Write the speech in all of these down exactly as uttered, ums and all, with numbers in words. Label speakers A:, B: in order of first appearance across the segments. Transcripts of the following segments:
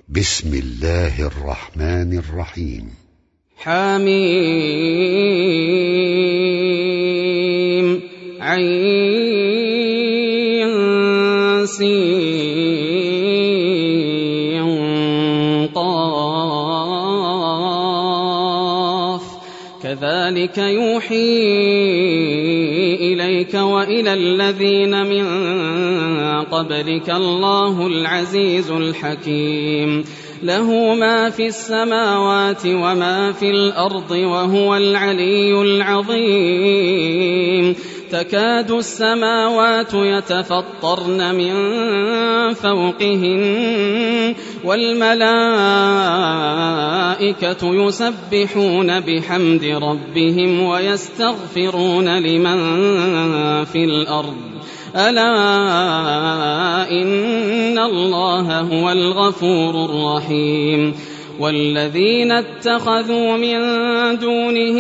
A: بسم الله الرحمن الرحيم.
B: حميم عين سين قاف كذلك يوحي إليك وإلى الذين من قبلك الله العزيز الحكيم. له ما في السماوات وما في الأرض وهو العلي العظيم. تكاد السماوات يتفطرن من فوقهن والملائكة يسبحون بحمد ربهم ويستغفرون لمن في الأرض ألا إن الله هو الغفور الرحيم. والذين اتخذوا من دونه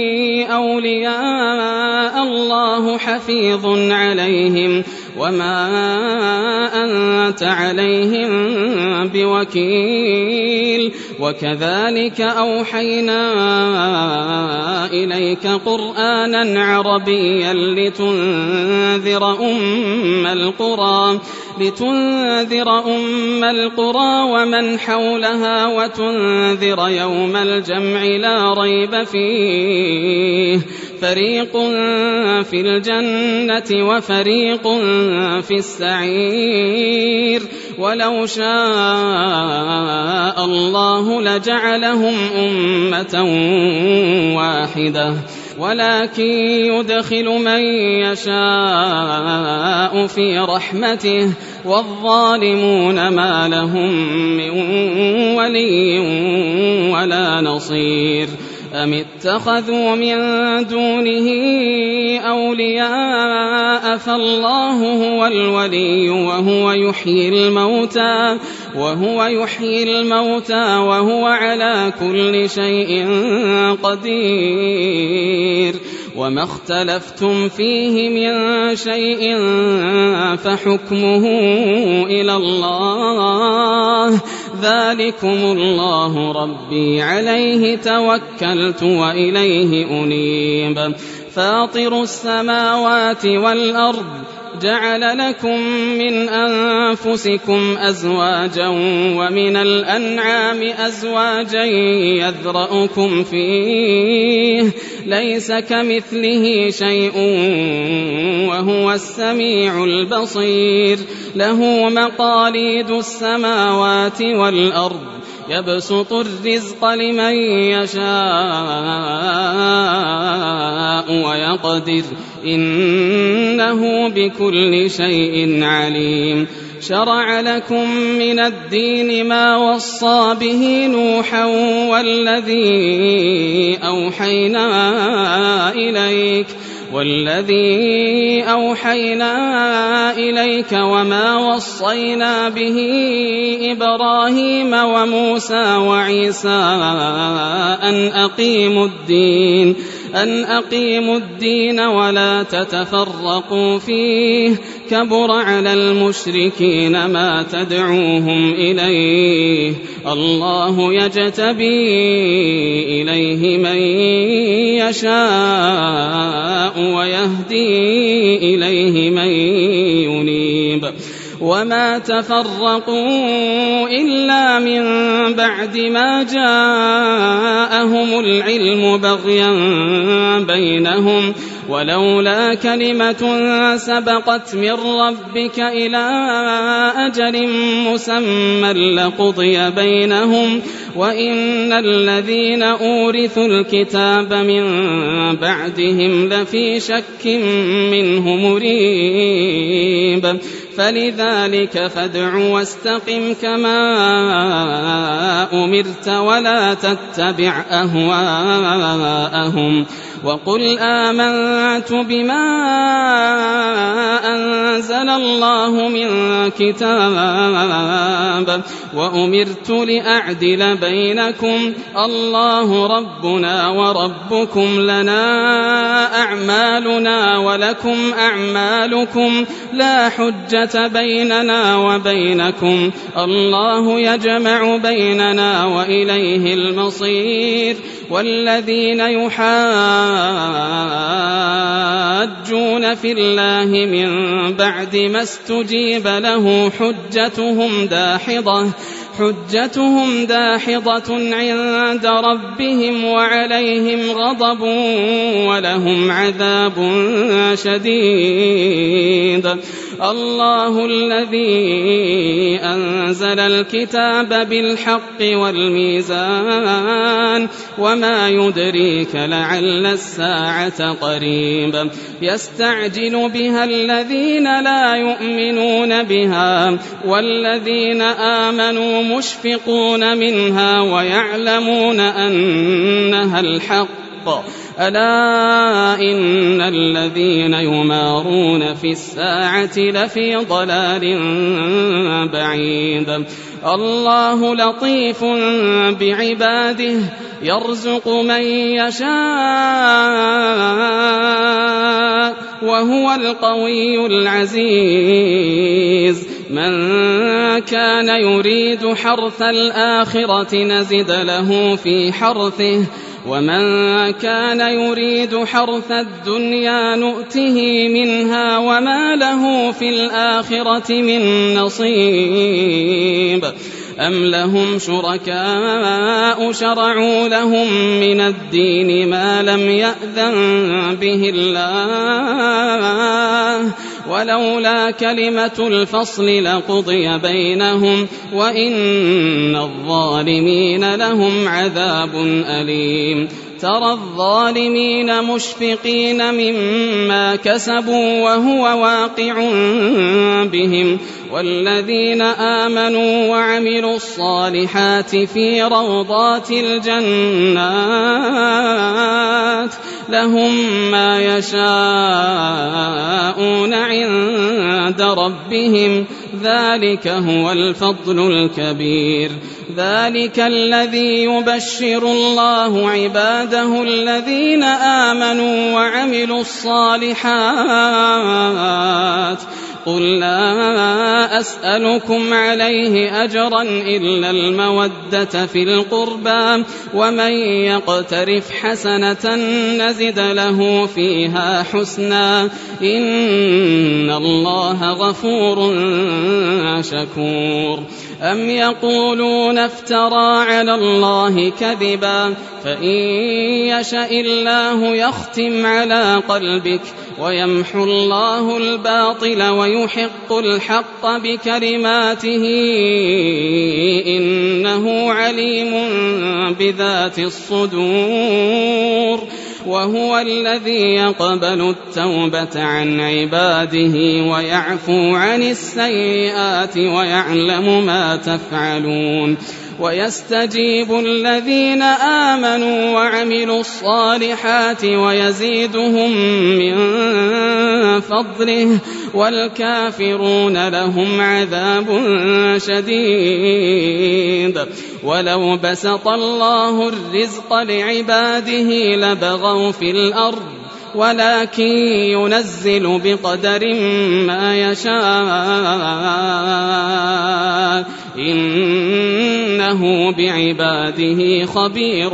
B: أولياء الله حفيظ عليهم وما أنت عليهم بوكيل. وكذلك أوحينا إليك قرآنا عربيا لتنذر أم القرى لتنذر أم القرى ومن حولها وتنذر يوم الجمع لا ريب فيه فريق في الجنة وفريق في السعير. ولو شاء الله لجعلهم أمة واحدة ولكن يدخل من يشاء في رحمته والظالمون ما لهم من ولي ولا نصير. أم اتخذوا من دونه أولياء فالله هو الولي وهو يحيي الموتى وهو يحيي الموتى وهو على كل شيء قدير. وما اختلفتم فيه من شيء فحكمه إلى الله ذلكم الله ربي عليه توكلت وإليه أنيب. فاطر السماوات والأرض جعل لكم من أنفسكم أزواجا ومن الأنعام أزواجا يذرأكم فيه ليس كمثله شيء وهو السميع البصير. له مقاليد السماوات والأرض يبسط الرزق لمن يشاء ويقدر إنه بكل شيء عليم. شرع لكم من الدين ما وصى به نوحا والذي أوحينا إليك والذي أوحينا إليك وما وصينا به إبراهيم وموسى وعيسى أن أقيموا الدين أن أقيموا الدين ولا تتفرقوا فيه كبر على المشركين ما تدعوهم إليه. الله يجتبي إليه من يشاء ويهدي إليه من ينيب. وما تفرقوا إلا من بعد ما جاءهم العلم بغيا بينهم ولولا كلمة سبقت من ربك إلى أجل مسمى لقضي بينهم وإن الذين أورثوا الكتاب من بعدهم لفي شك منه مريب. فلذلك فادع واستقم كما أمرت ولا تتبع أهواءهم وقل آمنت بما أنزل الله من كتاب وأمرت لأعدل بينكم الله ربنا وربكم لنا أعمالنا ولكم أعمالكم لا حجة بيننا وبينكم الله يجمع بيننا وإليه المصير والذين يحاجون في الله من بعد ما استجيب له حجتهم داحضة حجتهم داحضة عند ربهم وعليهم غضب ولهم عذاب شديد الله الذي أنزل الكتاب بالحق والميزان وما يدريك لعل الساعة قريب يستعجل بها الذين لا يؤمنون بها والذين آمنوا مشفقون منها ويعلمون أنها الحق ألا إن الذين يمارون في الساعة لفي ضلال بعيد الله لطيف بعباده يرزق من يشاء وهو القوي العزيز من كان يريد حرث الآخرة نزد له في حرثه ومن كان يريد حرث الدنيا نؤته منها وما له في الآخرة من نصيب أم لهم شركاء شرعوا لهم من الدين ما لم يأذن به الله ولولا كلمة الفصل لقضي بينهم وإن الظالمين لهم عذاب أليم ترى الظالمين مشفقين مما كسبوا وهو واقع بهم والذين آمنوا وعملوا الصالحات في روضات الجنات لهم ما يشاءون عند ربهم ذلك هو الفضل الكبير ذلك الذي يبشر الله عباده الذين آمنوا وعملوا الصالحات قل لا أسألكم عليه أجرا إلا المودة في القربى ومن يقترف حسنة نزد له فيها حسنا إن الله غفور شكور أم يقولون افترى على الله كذبا فإن يشاء الله يختم على قلبك ويمحو الله الباطل ويحق الحق بكلماته إنه عليم بذات الصدور وهو الذي يقبل التوبة عن عباده ويعفو عن السيئات ويعلم ما تفعلون ويستجيب الذين آمنوا وعملوا الصالحات ويزيدهم من فضله والكافرون لهم عذاب شديد ولو بسط الله الرزق لعباده لبغوا في الأرض ولكن ينزل بقدر ما يشاء إنه بعباده خبير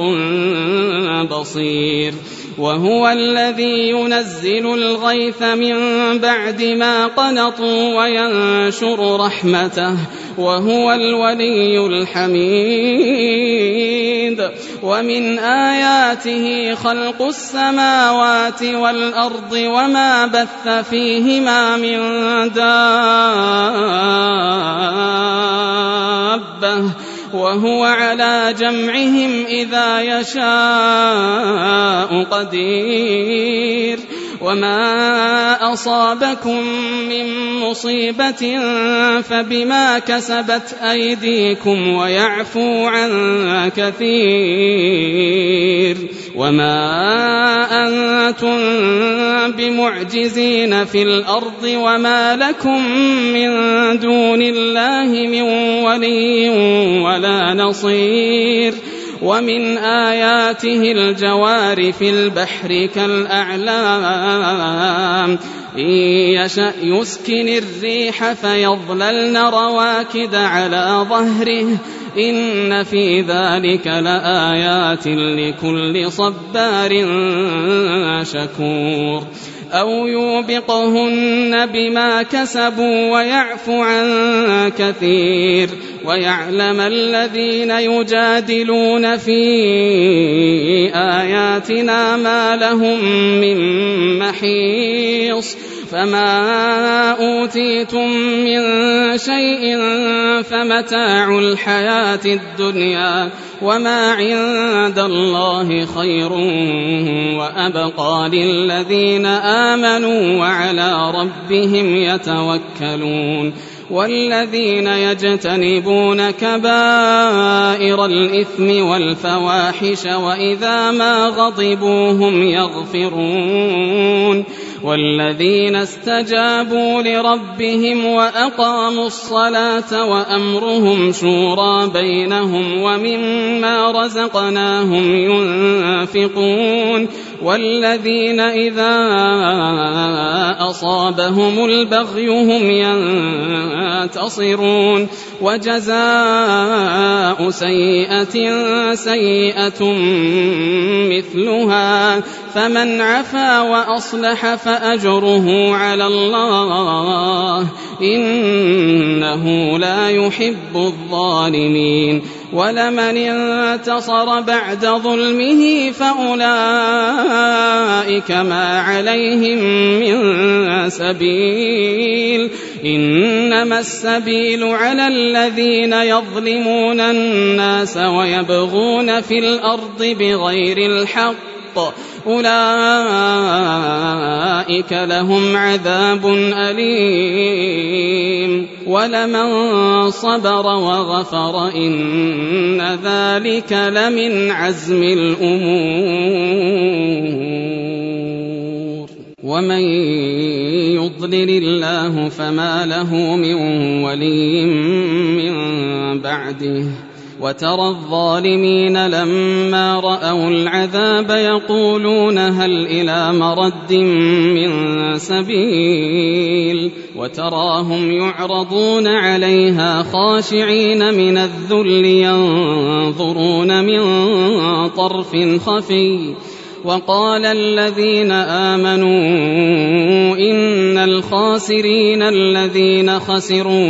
B: بصير وهو الذي ينزل الغيث من بعد ما قنطوا وينشر رحمته وهو الولي الحميد ومن آياته خلق السماوات والأرض وما بث فيهما من دابة وهو على جمعهم إذا يشاء قدير وما أصابكم من مصيبة فبما كسبت أيديكم ويعفو عن كثير وما أنتم بمعجزين في الأرض وما لكم من دون الله من ولي ولا نصير ومن آياته الجوار في البحر كالأعلام إن يشأ يسكن الريح فيظللن رواكد على ظهره إن في ذلك لآيات لكل صبار شكور أو يوبقهن بما كسبوا ويعفو عن كثير ويعلم الذين يجادلون في آياتنا ما لهم من محيص فما أوتيتم من شيء فمتاع الحياة الدنيا وما عند الله خير وأبقى للذين آمنوا وعلى ربهم يتوكلون والذين يجتنبون كبائر الإثم والفواحش وإذا ما غضبوا هم يغفرون والذين استجابوا لربهم وأقاموا الصلاة وأمرهم شورى بينهم ومما رزقناهم ينفقون والذين إذا أصابهم البغي هم ينتصرون وجزاء سيئة سيئة مثلها فمن عفا وأصلح فأجره على الله إنه لا يحب الظالمين ولمن انتصر بعد ظلمه فأولئك ما عليهم من سبيل إنما السبيل على الذين يظلمون الناس ويبغون في الأرض بغير الحق أولئك لهم عذاب أليم ولمن صبر وغفر إن ذلك لمن عزم الأمور ومن يضلل الله فما له من ولي من بعده وترى الظالمين لما رأوا العذاب يقولون هل إلى مرد من سبيل وتراهم يعرضون عليها خاشعين من الذل ينظرون من طرف خفي وقال الذين آمنوا إن الخاسرين الذين خسروا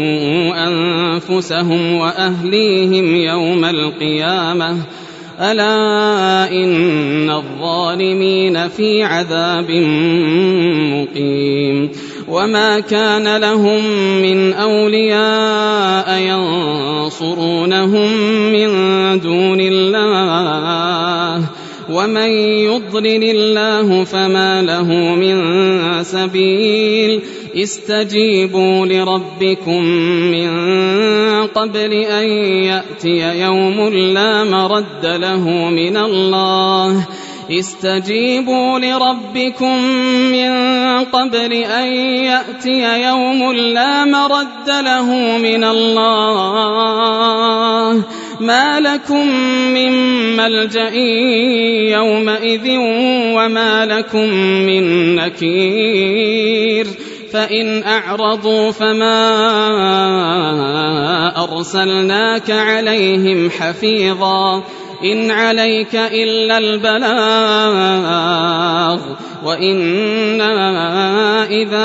B: أنفسهم وأهليهم يوم القيامة ألا إن الظالمين في عذاب مقيم وما كان لهم من أولياء ينصرونهم من دون الله ومن يضلل الله فما له من سبيل استجيبوا لربكم من قبل أن يأتي يوم لا مرد له من الله استجيبوا لربكم من قبل أن يأتي يوم لا مرد له من الله ما لكم من ملجأ يومئذ وما لكم من نكير فإن أعرضوا فما أرسلناك عليهم حفيظا إن عليك إلا البلاغ وإنا إذا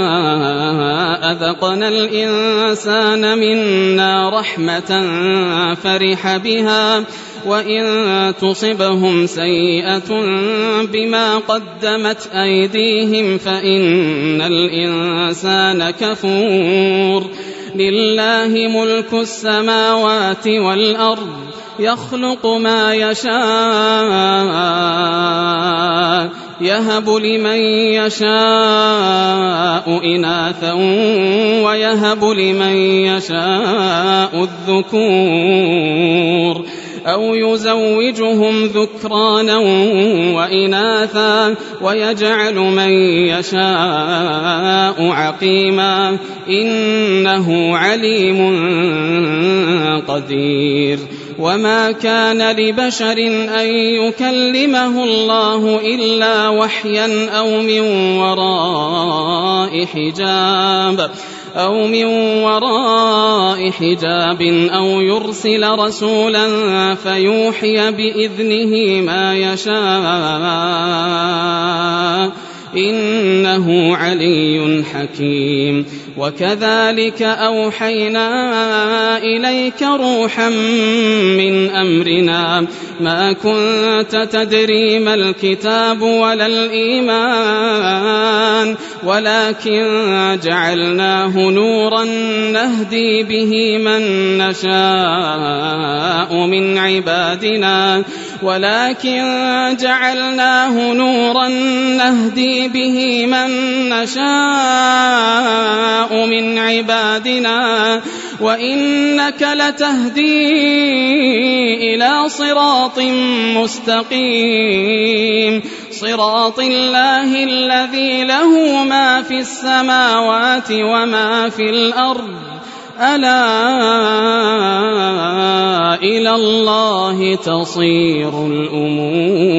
B: أذقنا الإنسان منا رحمة فرح بها وإن تصبهم سيئة بما قدمت أيديهم فإن الإنسان كفور لله ملك السماوات والأرض يخلق ما يشاء يهب لمن يشاء إناثا ويهب لمن يشاء الذكور أو يزوجهم ذكرانا وإناثا ويجعل من يشاء عقيما إنه عليم قدير. وما كان لبشر أن يكلمه الله إلا وحيا أو من وراء حجاب أو من وراء حجاب أو يرسل رسولا فيوحي بإذنه ما يشاء إنه علي حكيم. وكذلك أوحينا إليك روحا من أمرنا ما كنت تدري ما الكتاب ولا الإيمان ولكن جعلناه نورا نهدي به من نشاء من عبادنا ولكن جعلناه نورا نهدي به من نشاء من عبادنا وإنك لتهدي إلى صراط مستقيم صراط الله الذي له ما في السماوات وما في الأرض ألا إلى الله تصير الأمور.